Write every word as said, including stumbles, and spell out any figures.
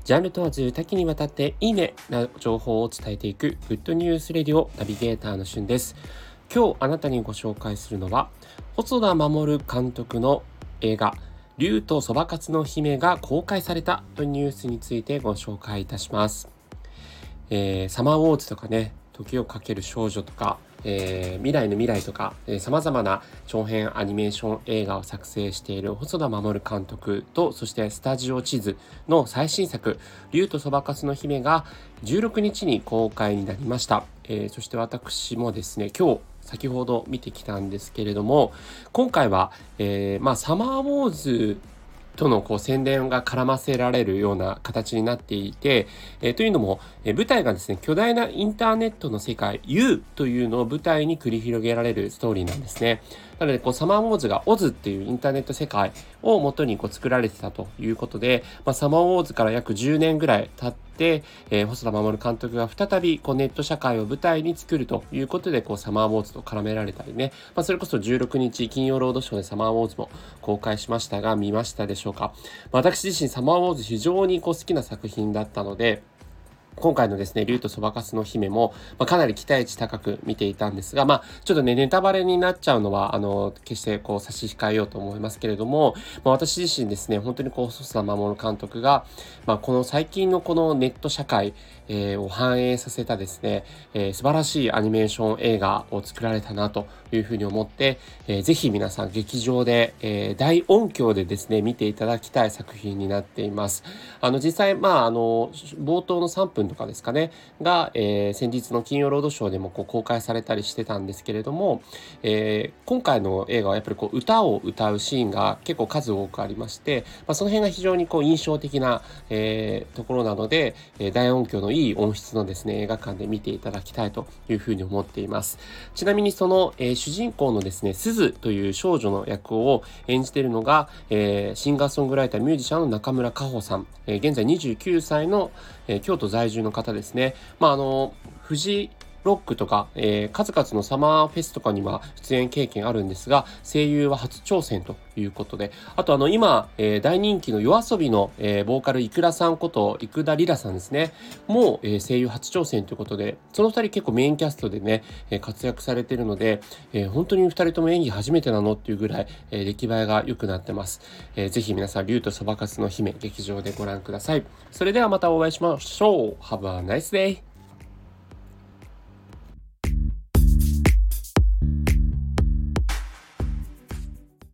ジャンル問わず多岐にわたっていいねな情報を伝えていくグッドニュースレディオナビゲーターのしゅんです。今日あなたにご紹介するのは細田守監督の映画竜とそばかすの姫が公開されたというニュースについてご紹介いたします。えー、サマーウォーズとかね、時をかける少女とか、えー、未来の未来とか、えー、様々な長編アニメーション映画を作成している細田守監督と、そしてスタジオ地図の最新作竜とそばかすの姫がじゅうろくにちに公開になりました。えー、そして私もですね、今日先ほど見てきたんですけれども、今回は、えー、まあサマーウォーズとのこう宣伝が絡ませられるような形になっていて、えー、というのも、えー、舞台がですね、巨大なインターネットの世界 U というのを舞台に繰り広げられるストーリーなんですね。なのでこうサマーウォーズが オズ っていうインターネット世界を元にこう作られてたということで、まあ、サマーウォーズから約じゅうねんぐらい経って、えー、細田守監督が再びこうネット社会を舞台に作るということで、こうサマーウォーズと絡められたりね、まあ、それこそじゅうろくにち金曜ロードショーでサマーウォーズも公開しましたが、見ましたでしょうか。まあ、私自身サマーウォーズ非常にこう好きな作品だったので、今回のですね、竜とそばかすの姫も、まあ、かなり期待値高く見ていたんですが、まあ、ちょっとね、ネタバレになっちゃうのは、あの、決してこう差し控えようと思いますけれども、まあ、私自身ですね、本当にこう、細田守監督が、まあ、この最近のこのネット社会、えー、を反映させたですね、えー、素晴らしいアニメーション映画を作られたなというふうに思って、えー、ぜひ皆さん劇場で、えー、大音響でですね、見ていただきたい作品になっています。あの、実際、まあ、あの、冒頭のさんぷんとかですかね、が、えー、先日の金曜ロードショーでもこう公開されたりしてたんですけれども、えー、今回の映画はやっぱりこう歌を歌うシーンが結構数多くありまして、まあ、その辺が非常にこう印象的な、えー、ところなので、えー、大音響のいい音質のですね、映画館で見ていただきたいというふうに思っています。ちなみにその、えー、主人公のですね、鈴という少女の役を演じているのが、えー、シンガーソングライターミュージシャンの中村佳穂さん、えー、現在にじゅうきゅうさいの、えー、京都在住の方ですね。まああのフジロックとか、えー、数々のサマーフェスとかには出演経験あるんですが、声優は初挑戦ということで、あとあの今、えー、大人気のYOASOBIの、えー、ボーカルいくらさんこと生田リラさんですね、もう、えー、声優初挑戦ということで、そのふたり結構メインキャストでね、えー、活躍されているので、えー、本当にふたりとも演技初めてなのっていうぐらい、えー、出来栄えが良くなってます。えー、ぜひ皆さん竜とそばかすの姫劇場でご覧ください。それではまたお会いしましょう。Have a nice day!